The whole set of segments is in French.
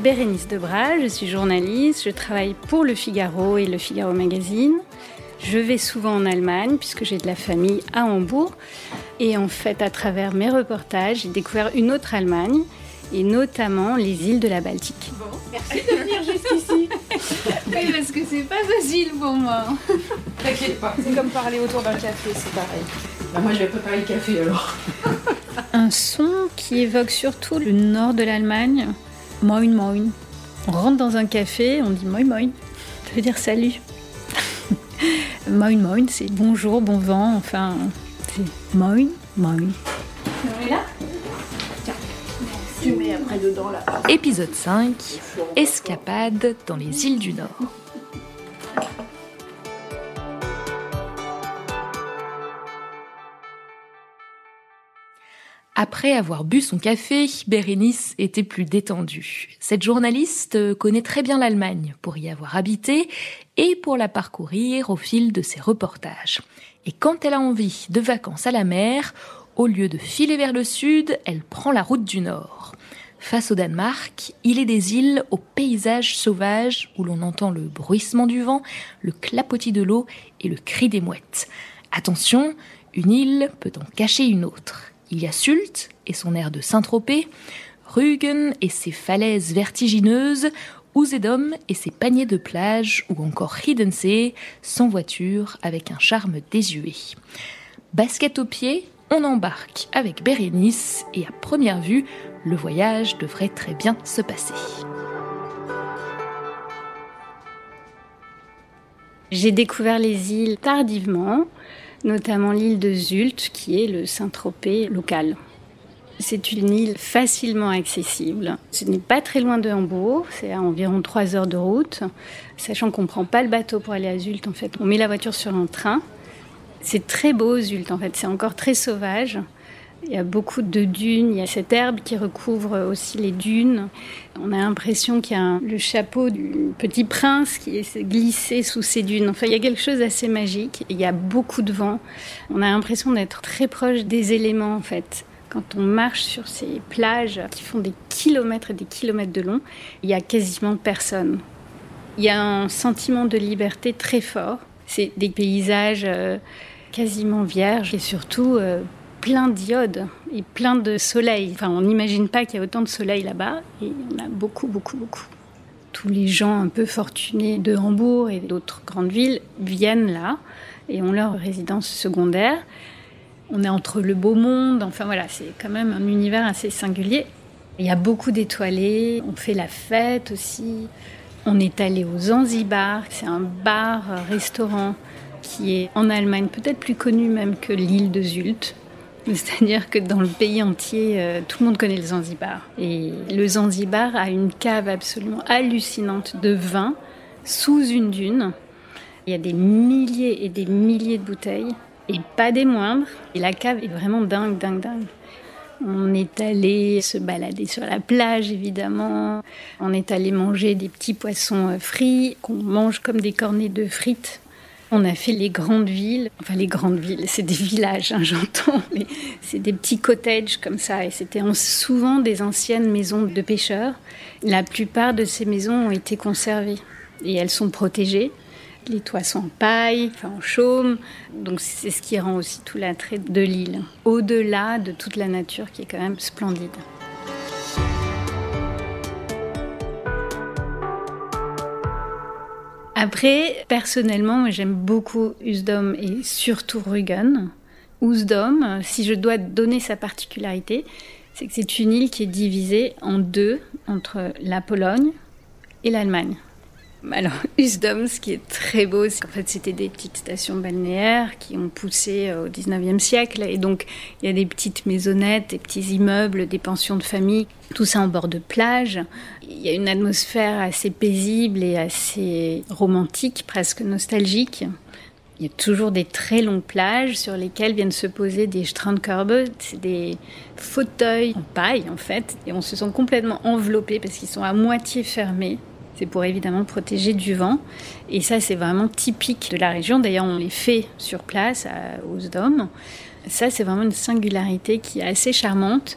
Bérénice Debras, je suis journaliste, je travaille pour Le Figaro et Le Figaro Magazine. Je vais souvent en Allemagne puisque j'ai de la famille à Hambourg. Et en fait, à travers mes reportages, j'ai découvert une autre Allemagne et notamment les îles de la Baltique. Bon, merci de venir jusqu'ici. Oui, parce que c'est pas facile pour moi. T'inquiète pas, c'est comme parler autour d'un café, c'est pareil. Bah moi, je vais préparer le café alors. Un son qui évoque surtout le nord de l'Allemagne. Moin, moin. On rentre dans un café, on dit moin, moin. Ça veut dire salut. Moin, moin, c'est bonjour, bon vent, enfin, c'est moin, moin. On est là ? Tiens, tu mets après dedans là. Épisode 5, escapade dans les îles du Nord. Après avoir bu son café, Bérénice était plus détendue. Cette journaliste connaît très bien l'Allemagne pour y avoir habité et pour la parcourir au fil de ses reportages. Et quand elle a envie de vacances à la mer, au lieu de filer vers le sud, elle prend la route du Nord. Face au Danemark, il est des îles aux paysages sauvages où l'on entend le bruissement du vent, le clapotis de l'eau et le cri des mouettes. Attention, une île peut en cacher une autre. Il y a Sylt et son air de Saint-Tropez, Rügen et ses falaises vertigineuses, Usedom et ses paniers de plage, ou encore Hiddensee, sans voiture, avec un charme désuet. Basket aux pieds, on embarque avec Bérénice et à première vue, le voyage devrait très bien se passer. J'ai découvert les îles tardivement, notamment l'île de Sylt, qui est le Saint-Tropez local. C'est une île facilement accessible. Ce n'est pas très loin de Hambourg, c'est à environ 3 heures de route, sachant qu'on ne prend pas le bateau pour aller à Sylt, en fait. On met la voiture sur un train. C'est très beau, Sylt, en fait. C'est encore très sauvage. Il y a beaucoup de dunes, il y a cette herbe qui recouvre aussi les dunes. On a l'impression qu'il y a le chapeau du petit prince qui est glissé sous ces dunes. Enfin, il y a quelque chose d'assez magique. Il y a beaucoup de vent. On a l'impression d'être très proche des éléments, en fait. Quand on marche sur ces plages qui font des kilomètres et des kilomètres de long, il y a quasiment personne. Il y a un sentiment de liberté très fort. C'est des paysages quasiment vierges et surtout plein d'iode et plein de soleil. Enfin, on n'imagine pas qu'il y a autant de soleil là-bas et il y en a beaucoup, beaucoup, beaucoup. Tous les gens un peu fortunés de Hambourg et d'autres grandes villes viennent là et ont leur résidence secondaire. On est entre le beau monde, enfin voilà, c'est quand même un univers assez singulier. Il y a beaucoup d'étoilés, on fait la fête aussi. On est allé au Zanzibar, c'est un bar-restaurant qui est en Allemagne peut-être plus connu même que l'île de Sylt. C'est-à-dire que dans le pays entier, tout le monde connaît le Zanzibar. Et le Zanzibar a une cave absolument hallucinante de vin sous une dune. Il y a des milliers et des milliers de bouteilles, et pas des moindres. Et la cave est vraiment dingue, dingue, dingue. On est allé se balader sur la plage, évidemment. On est allé manger des petits poissons frits, qu'on mange comme des cornets de frites. On a fait les grandes villes, enfin les grandes villes, c'est des villages, j'entends, mais c'est des petits cottages comme ça. Et c'était souvent des anciennes maisons de pêcheurs. La plupart de ces maisons ont été conservées et elles sont protégées. Les toits sont en paille, enfin en chaume, donc c'est ce qui rend aussi tout l'attrait de l'île, au-delà de toute la nature qui est quand même splendide. Après, personnellement, moi, j'aime beaucoup Usedom et surtout Rügen. Usedom, si je dois donner sa particularité, c'est que c'est une île qui est divisée en deux entre la Pologne et l'Allemagne. Alors, Usedom, ce qui est très beau, c'est qu'en fait, c'était des petites stations balnéaires qui ont poussé au 19e siècle. Et donc, il y a des petites maisonnettes, des petits immeubles, des pensions de famille, tout ça en bord de plage. Il y a une atmosphère assez paisible et assez romantique, presque nostalgique. Il y a toujours des très longues plages sur lesquelles viennent se poser des Strandkörbe, c'est des fauteuils en paille, en fait. Et on se sent complètement enveloppé parce qu'ils sont à moitié fermés. C'est pour évidemment protéger du vent. Et ça, c'est vraiment typique de la région. D'ailleurs, on les fait sur place, à Usedom. Ça, c'est vraiment une singularité qui est assez charmante.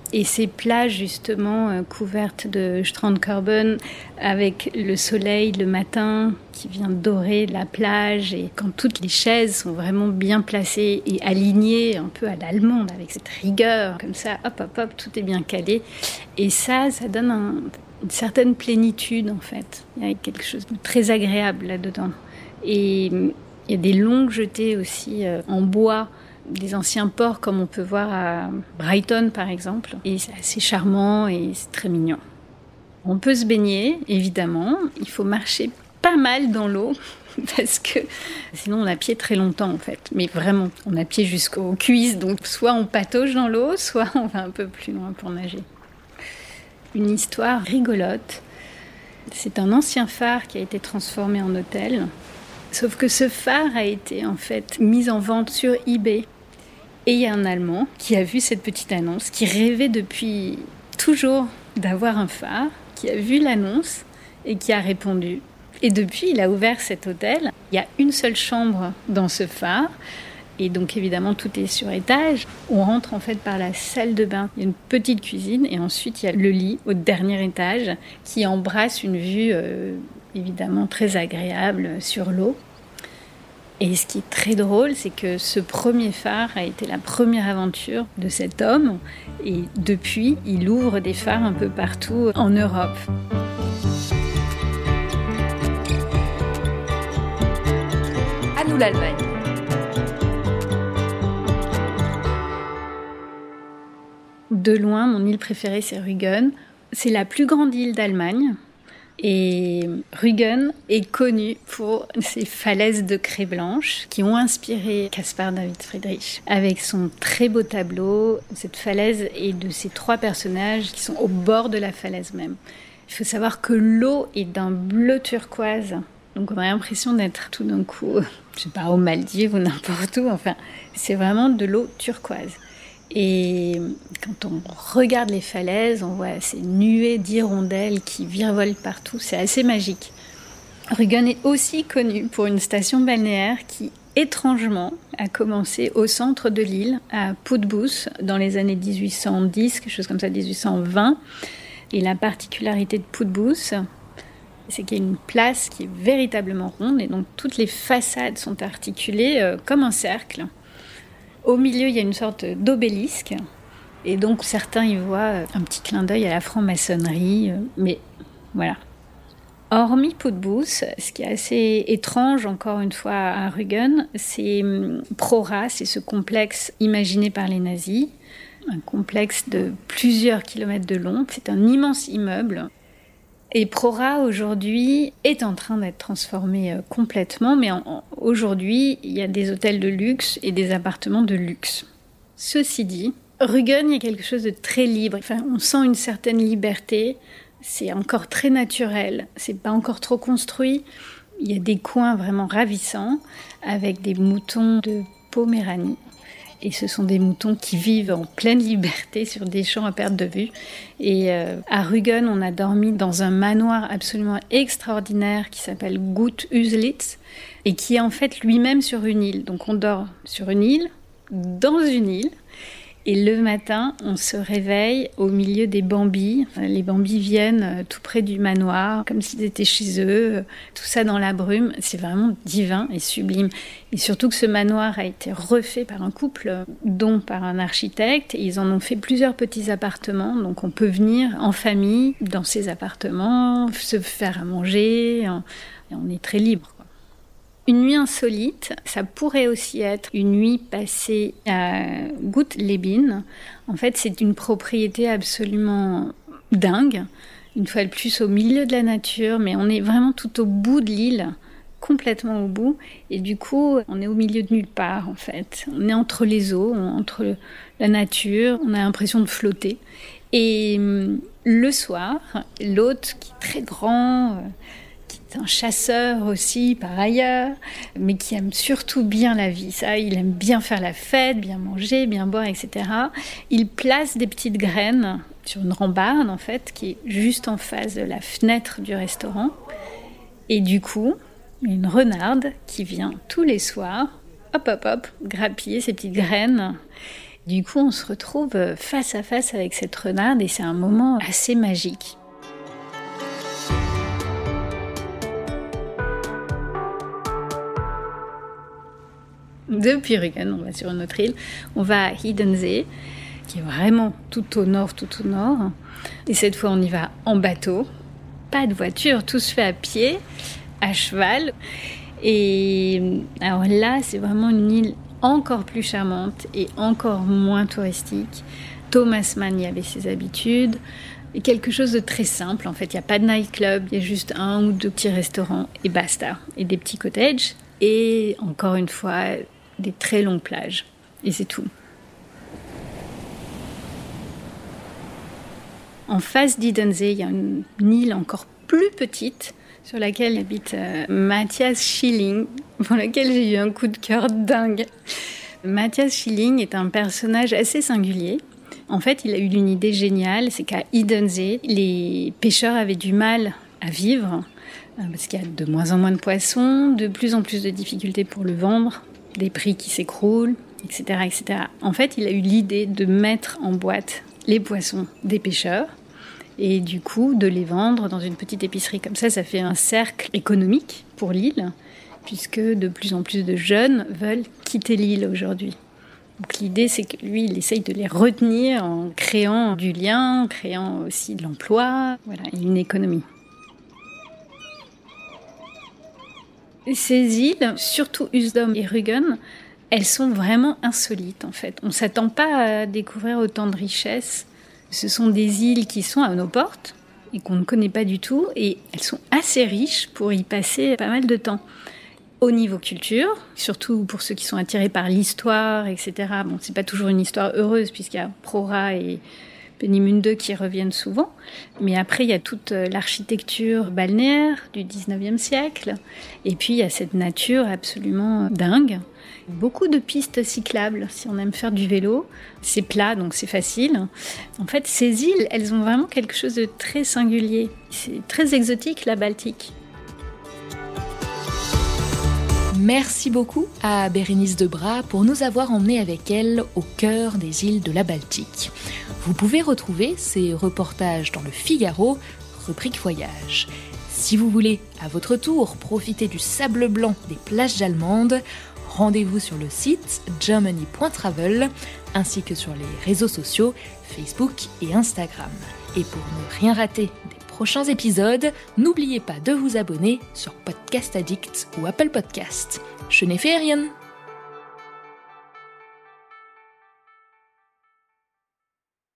Et ces plages justement couvertes de Strandkorben avec le soleil le matin qui vient dorer la plage et quand toutes les chaises sont vraiment bien placées et alignées un peu à l'allemande avec cette rigueur comme ça, hop hop hop, tout est bien calé. Et ça donne une certaine plénitude en fait. Il y a quelque chose de très agréable là-dedans. Et il y a des longues jetées aussi en bois, des anciens ports comme on peut voir à Brighton par exemple. Et c'est assez charmant et c'est très mignon. On peut se baigner, évidemment. Il faut marcher pas mal dans l'eau parce que sinon on a pied très longtemps en fait. Mais vraiment, on a pied jusqu'aux cuisses. Donc soit on patauge dans l'eau, soit on va un peu plus loin pour nager. Une histoire rigolote. C'est un ancien phare qui a été transformé en hôtel. Sauf que ce phare a été en fait mis en vente sur eBay. Et il y a un Allemand qui a vu cette petite annonce, qui rêvait depuis toujours d'avoir un phare, qui a vu l'annonce et qui a répondu. Et depuis, il a ouvert cet hôtel. Il y a une seule chambre dans ce phare. Et donc évidemment, tout est sur étage. On rentre en fait par la salle de bain. Il y a une petite cuisine et ensuite il y a le lit au dernier étage qui embrasse une vue évidemment très agréable sur l'eau. Et ce qui est très drôle, c'est que ce premier phare a été la première aventure de cet homme. Et depuis, il ouvre des phares un peu partout en Europe. À nous l'Allemagne. De loin, mon île préférée, c'est Rügen. C'est la plus grande île d'Allemagne. Et Rügen est connue pour ses falaises de craie blanche qui ont inspiré Caspar David Friedrich avec son très beau tableau, cette falaise et de ces 3 personnages qui sont au bord de la falaise même. Il faut savoir que l'eau est d'un bleu turquoise. Donc on a l'impression d'être tout d'un coup, je sais pas, aux Maldives ou n'importe où. Enfin, c'est vraiment de l'eau turquoise. Et quand on regarde les falaises, on voit ces nuées d'hirondelles qui virevolent partout. C'est assez magique. Rügen est aussi connu pour une station balnéaire qui, étrangement, a commencé au centre de l'île, à Putbus, dans les années 1810, quelque chose comme ça, 1820. Et la particularité de Putbus, c'est qu'il y a une place qui est véritablement ronde et donc toutes les façades sont articulées comme un cercle. Au milieu, il y a une sorte d'obélisque et donc certains y voient un petit clin d'œil à la franc-maçonnerie, mais voilà. Hormis Putbus, ce qui est assez étrange encore une fois à Rügen, c'est Prora, c'est ce complexe imaginé par les nazis, un complexe de plusieurs kilomètres de long, c'est un immense immeuble. Et Prora, aujourd'hui, est en train d'être transformé complètement, mais aujourd'hui, il y a des hôtels de luxe et des appartements de luxe. Ceci dit, Rügen, il y a quelque chose de très libre. Enfin, on sent une certaine liberté, c'est encore très naturel, c'est pas encore trop construit. Il y a des coins vraiment ravissants, avec des moutons de Poméranie. Et ce sont des moutons qui vivent en pleine liberté sur des champs à perte de vue. Et à Rügen, on a dormi dans un manoir absolument extraordinaire qui s'appelle Gut Uselitz et qui est en fait lui-même sur une île. Donc on dort sur une île, dans une île. Et le matin, on se réveille au milieu des bambis. Les bambis viennent tout près du manoir, comme s'ils étaient chez eux. Tout ça dans la brume. C'est vraiment divin et sublime. Et surtout que ce manoir a été refait par un couple, dont par un architecte. Et ils en ont fait plusieurs petits appartements. Donc on peut venir en famille dans ces appartements, se faire à manger. Et on est très libre. Une nuit insolite, ça pourrait aussi être une nuit passée à Gut-Leben. En fait, c'est une propriété absolument dingue, une fois de plus au milieu de la nature, mais on est vraiment tout au bout de l'île, complètement au bout. Et du coup, on est au milieu de nulle part, en fait. On est entre les eaux, entre la nature, on a l'impression de flotter. Et le soir, l'hôte, qui est très grand, un chasseur aussi par ailleurs, mais qui aime surtout bien la vie. Ça, il aime bien faire la fête, bien manger, bien boire, etc. Il place des petites graines sur une rambarde, en fait, qui est juste en face de la fenêtre du restaurant. Et du coup, il y a une renarde qui vient tous les soirs, hop, hop, hop, grappiller ces petites graines. Du coup, on se retrouve face à face avec cette renarde et c'est un moment assez magique. Depuis Rügen, on va sur une autre île, on va à Hiddensee, qui est vraiment tout au nord. Et cette fois, on y va en bateau, pas de voiture, tout se fait à pied, à cheval. Et alors là, c'est vraiment une île encore plus charmante et encore moins touristique. Thomas Mann y avait ses habitudes. Et quelque chose de très simple, en fait, il n'y a pas de nightclub, il y a juste 1 ou 2 petits restaurants et basta. Et des petits cottages. Et encore une fois, des très longues plages. Et c'est tout. En face d'Hiddensee, il y a une île encore plus petite sur laquelle habite Matthias Schilling, pour laquelle j'ai eu un coup de cœur dingue. Matthias Schilling est un personnage assez singulier. En fait, il a eu une idée géniale, c'est qu'à Hiddensee, les pêcheurs avaient du mal à vivre parce qu'il y a de moins en moins de poissons, de plus en plus de difficultés pour le vendre, des prix qui s'écroulent, etc., etc. En fait, il a eu l'idée de mettre en boîte les poissons des pêcheurs et du coup de les vendre dans une petite épicerie. Comme ça fait un cercle économique pour l'île, puisque de plus en plus de jeunes veulent quitter l'île aujourd'hui. Donc l'idée, c'est que lui, il essaye de les retenir en créant du lien, en créant aussi de l'emploi, voilà, une économie. Ces îles, surtout Usedom et Rügen, elles sont vraiment insolites en fait. On ne s'attend pas à découvrir autant de richesses. Ce sont des îles qui sont à nos portes et qu'on ne connaît pas du tout, et elles sont assez riches pour y passer pas mal de temps. Au niveau culture, surtout pour ceux qui sont attirés par l'histoire, etc. Bon, c'est pas toujours une histoire heureuse puisqu'il y a Prora et Peenemünde qui reviennent souvent. Mais après, il y a toute l'architecture balnéaire du 19e siècle. Et puis, il y a cette nature absolument dingue. Beaucoup de pistes cyclables, si on aime faire du vélo. C'est plat, donc c'est facile. En fait, ces îles, elles ont vraiment quelque chose de très singulier. C'est très exotique, la Baltique. Merci beaucoup à Bérénice Debras pour nous avoir emmenés avec elle au cœur des îles de la Baltique. Vous pouvez retrouver ces reportages dans le Figaro, rubrique voyage. Si vous voulez, à votre tour, profiter du sable blanc des plages allemandes, rendez-vous sur le site germany.travel ainsi que sur les réseaux sociaux Facebook et Instagram. Et pour ne rien rater des prochains épisodes, n'oubliez pas de vous abonner sur Podcast Addict ou Apple Podcast. Schöne Ferien!